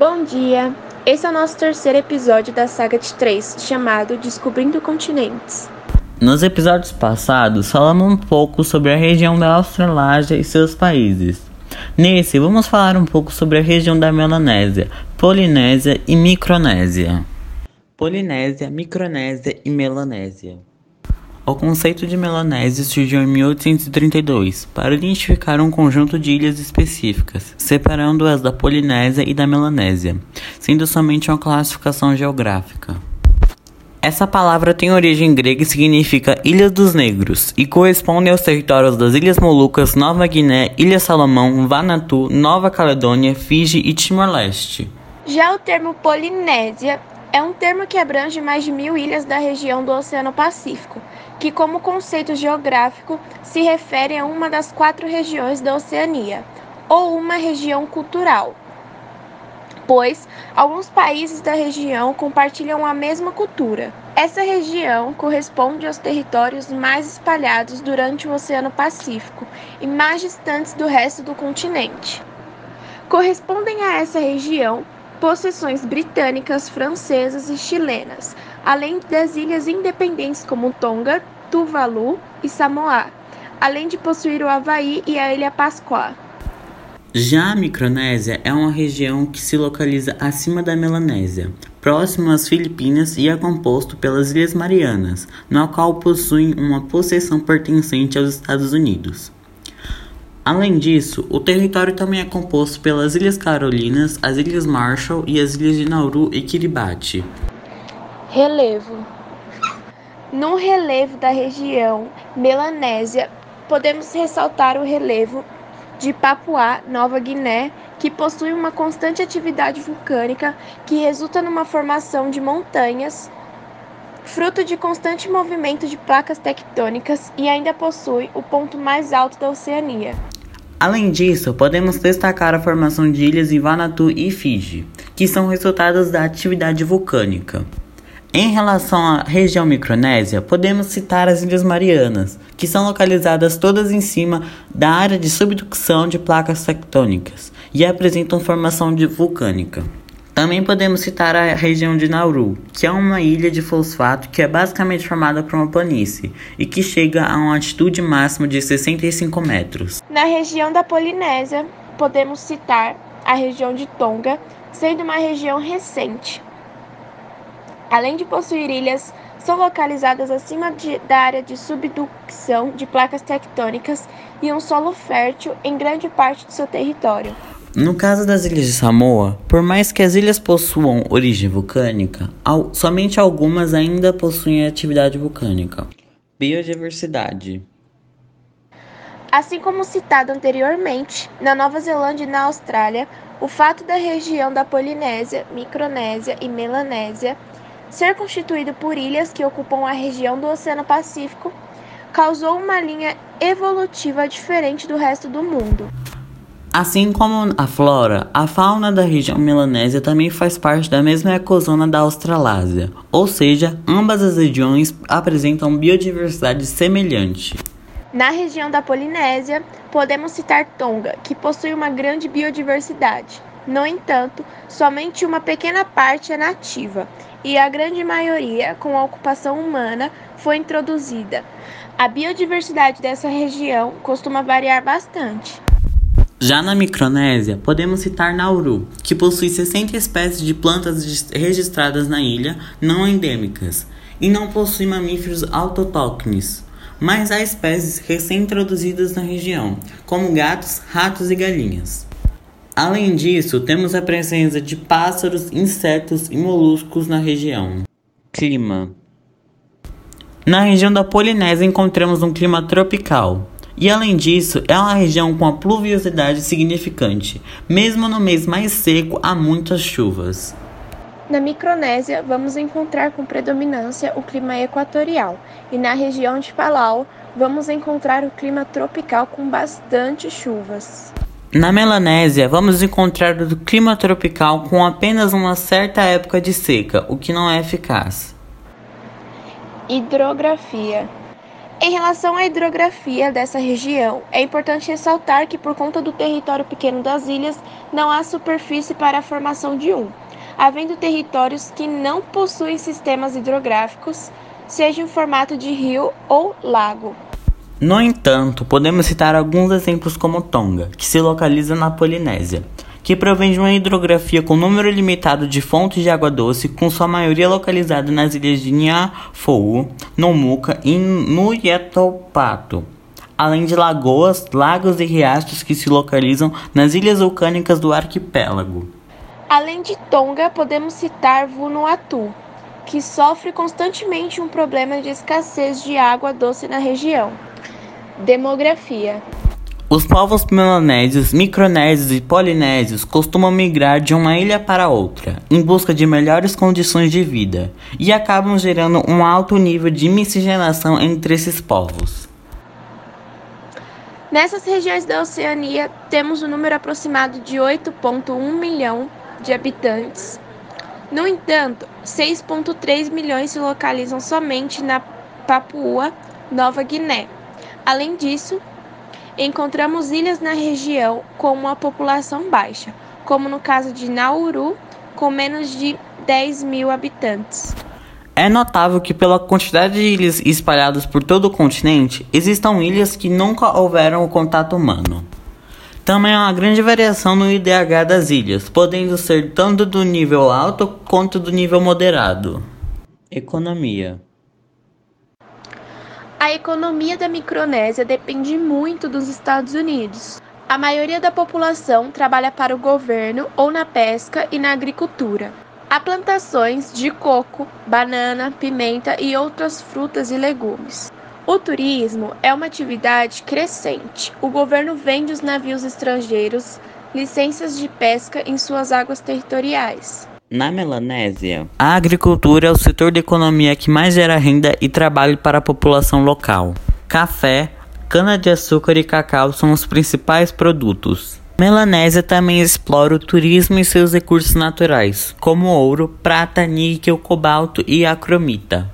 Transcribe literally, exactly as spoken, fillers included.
Bom dia! Esse é o nosso terceiro episódio da saga de três, chamado Descobrindo Continentes. Nos episódios passados, falamos um pouco sobre a região da Australásia e seus países. Nesse, vamos falar um pouco sobre a região da Melanésia, Polinésia e Micronésia. Polinésia, Micronésia e Melanésia. O conceito de Melanésia surgiu em mil oitocentos e trinta e dois para identificar um conjunto de ilhas específicas, separando-as da Polinésia e da Melanésia, sendo somente uma classificação geográfica. Essa palavra tem origem grega e significa Ilha dos Negros e corresponde aos territórios das Ilhas Molucas, Nova Guiné, Ilha Salomão, Vanuatu, Nova Caledônia, Fiji e Timor-Leste. Já o termo Polinésia é um termo que abrange mais de mil ilhas da região do Oceano Pacífico, que como conceito geográfico se refere a uma das quatro regiões da Oceania, ou uma região cultural, pois alguns países da região compartilham a mesma cultura. Essa região corresponde aos territórios mais espalhados durante o Oceano Pacífico e mais distantes do resto do continente. Correspondem a essa região possessões britânicas, francesas e chilenas, além das ilhas independentes como Tonga, Tuvalu e Samoa, além de possuir o Havaí e a Ilha Pascua. Já a Micronésia é uma região que se localiza acima da Melanésia, próximo às Filipinas e é composto pelas Ilhas Marianas, no qual possuem uma possessão pertencente aos Estados Unidos. Além disso, o território também é composto pelas Ilhas Carolinas, as Ilhas Marshall e as Ilhas de Nauru e Kiribati. Relevo. No relevo da região Melanésia, podemos ressaltar o relevo de Papuá, Nova Guiné, que possui uma constante atividade vulcânica que resulta numa formação de montanhas, fruto de constante movimento de placas tectônicas, e ainda possui o ponto mais alto da Oceania. Além disso, podemos destacar a formação de ilhas em Vanuatu e Fiji, que são resultados da atividade vulcânica. Em relação à região Micronésia, podemos citar as Ilhas Marianas, que são localizadas todas em cima da área de subducção de placas tectônicas e apresentam formação de vulcânica. Também podemos citar a região de Nauru, que é uma ilha de fosfato que é basicamente formada por uma planície e que chega a uma altitude máxima de sessenta e cinco metros. Na região da Polinésia, podemos citar a região de Tonga, sendo uma região recente. Além de possuir ilhas, são localizadas acima de, da área de subducção de placas tectônicas e um solo fértil em grande parte do seu território. No caso das Ilhas de Samoa, por mais que as ilhas possuam origem vulcânica, al- somente algumas ainda possuem atividade vulcânica. Biodiversidade. Assim como citado anteriormente, na Nova Zelândia e na Austrália, o fato da região da Polinésia, Micronésia e Melanésia ser constituído por ilhas que ocupam a região do Oceano Pacífico causou uma linha evolutiva diferente do resto do mundo. Assim como a flora, a fauna da região Melanésia também faz parte da mesma ecozona da Australásia, ou seja, ambas as regiões apresentam biodiversidade semelhante. Na região da Polinésia, podemos citar Tonga, que possui uma grande biodiversidade. No entanto, somente uma pequena parte é nativa, e a grande maioria, com a ocupação humana, foi introduzida. A biodiversidade dessa região costuma variar bastante. Já na Micronésia, podemos citar Nauru, que possui sessenta espécies de plantas registradas na ilha, não endêmicas, e não possui mamíferos autóctones, mas há espécies recém-introduzidas na região, como gatos, ratos e galinhas. Além disso, temos a presença de pássaros, insetos e moluscos na região. Clima. Na região da Polinésia encontramos um clima tropical. E além disso, é uma região com a pluviosidade significante. Mesmo no mês mais seco, há muitas chuvas. Na Micronésia, vamos encontrar com predominância o clima equatorial. E na região de Palau, vamos encontrar o clima tropical com bastante chuvas. Na Melanésia, vamos encontrar o clima tropical com apenas uma certa época de seca, o que não é eficaz. Hidrografia. Em relação à hidrografia dessa região, é importante ressaltar que, por conta do território pequeno das ilhas, não há superfície para a formação de um, havendo territórios que não possuem sistemas hidrográficos, seja em formato de rio ou lago. No entanto, podemos citar alguns exemplos como Tonga, que se localiza na Polinésia, que provém de uma hidrografia com número limitado de fontes de água doce, com sua maioria localizada nas ilhas de Niuafo'ou, Nomuka e Nuiatua, além de lagoas, lagos e riachos que se localizam nas ilhas vulcânicas do arquipélago. Além de Tonga, podemos citar Vanuatu, que sofre constantemente um problema de escassez de água doce na região. Demografia. Os povos melanésios, micronésios e polinésios costumam migrar de uma ilha para outra, em busca de melhores condições de vida, e acabam gerando um alto nível de miscigenação entre esses povos. Nessas regiões da Oceania, temos um número aproximado de oito vírgula um milhão de habitantes. No entanto, seis vírgula três milhões se localizam somente na Papua Nova Guiné. Além disso, encontramos ilhas na região com uma população baixa, como no caso de Nauru, com menos de dez mil habitantes. É notável que, pela quantidade de ilhas espalhadas por todo o continente, existam ilhas que nunca houveram o contato humano. Também há uma grande variação no I D H das ilhas, podendo ser tanto do nível alto quanto do nível moderado. Economia. A economia da Micronésia depende muito dos Estados Unidos. A maioria da população trabalha para o governo ou na pesca e na agricultura. Há plantações de coco, banana, pimenta e outras frutas e legumes. O turismo é uma atividade crescente. O governo vende os navios estrangeiros licenças de pesca em suas águas territoriais. Na Melanésia, a agricultura é o setor da economia que mais gera renda e trabalho para a população local. Café, cana-de-açúcar e cacau são os principais produtos. Melanésia também explora o turismo e seus recursos naturais, como ouro, prata, níquel, cobalto e acromita.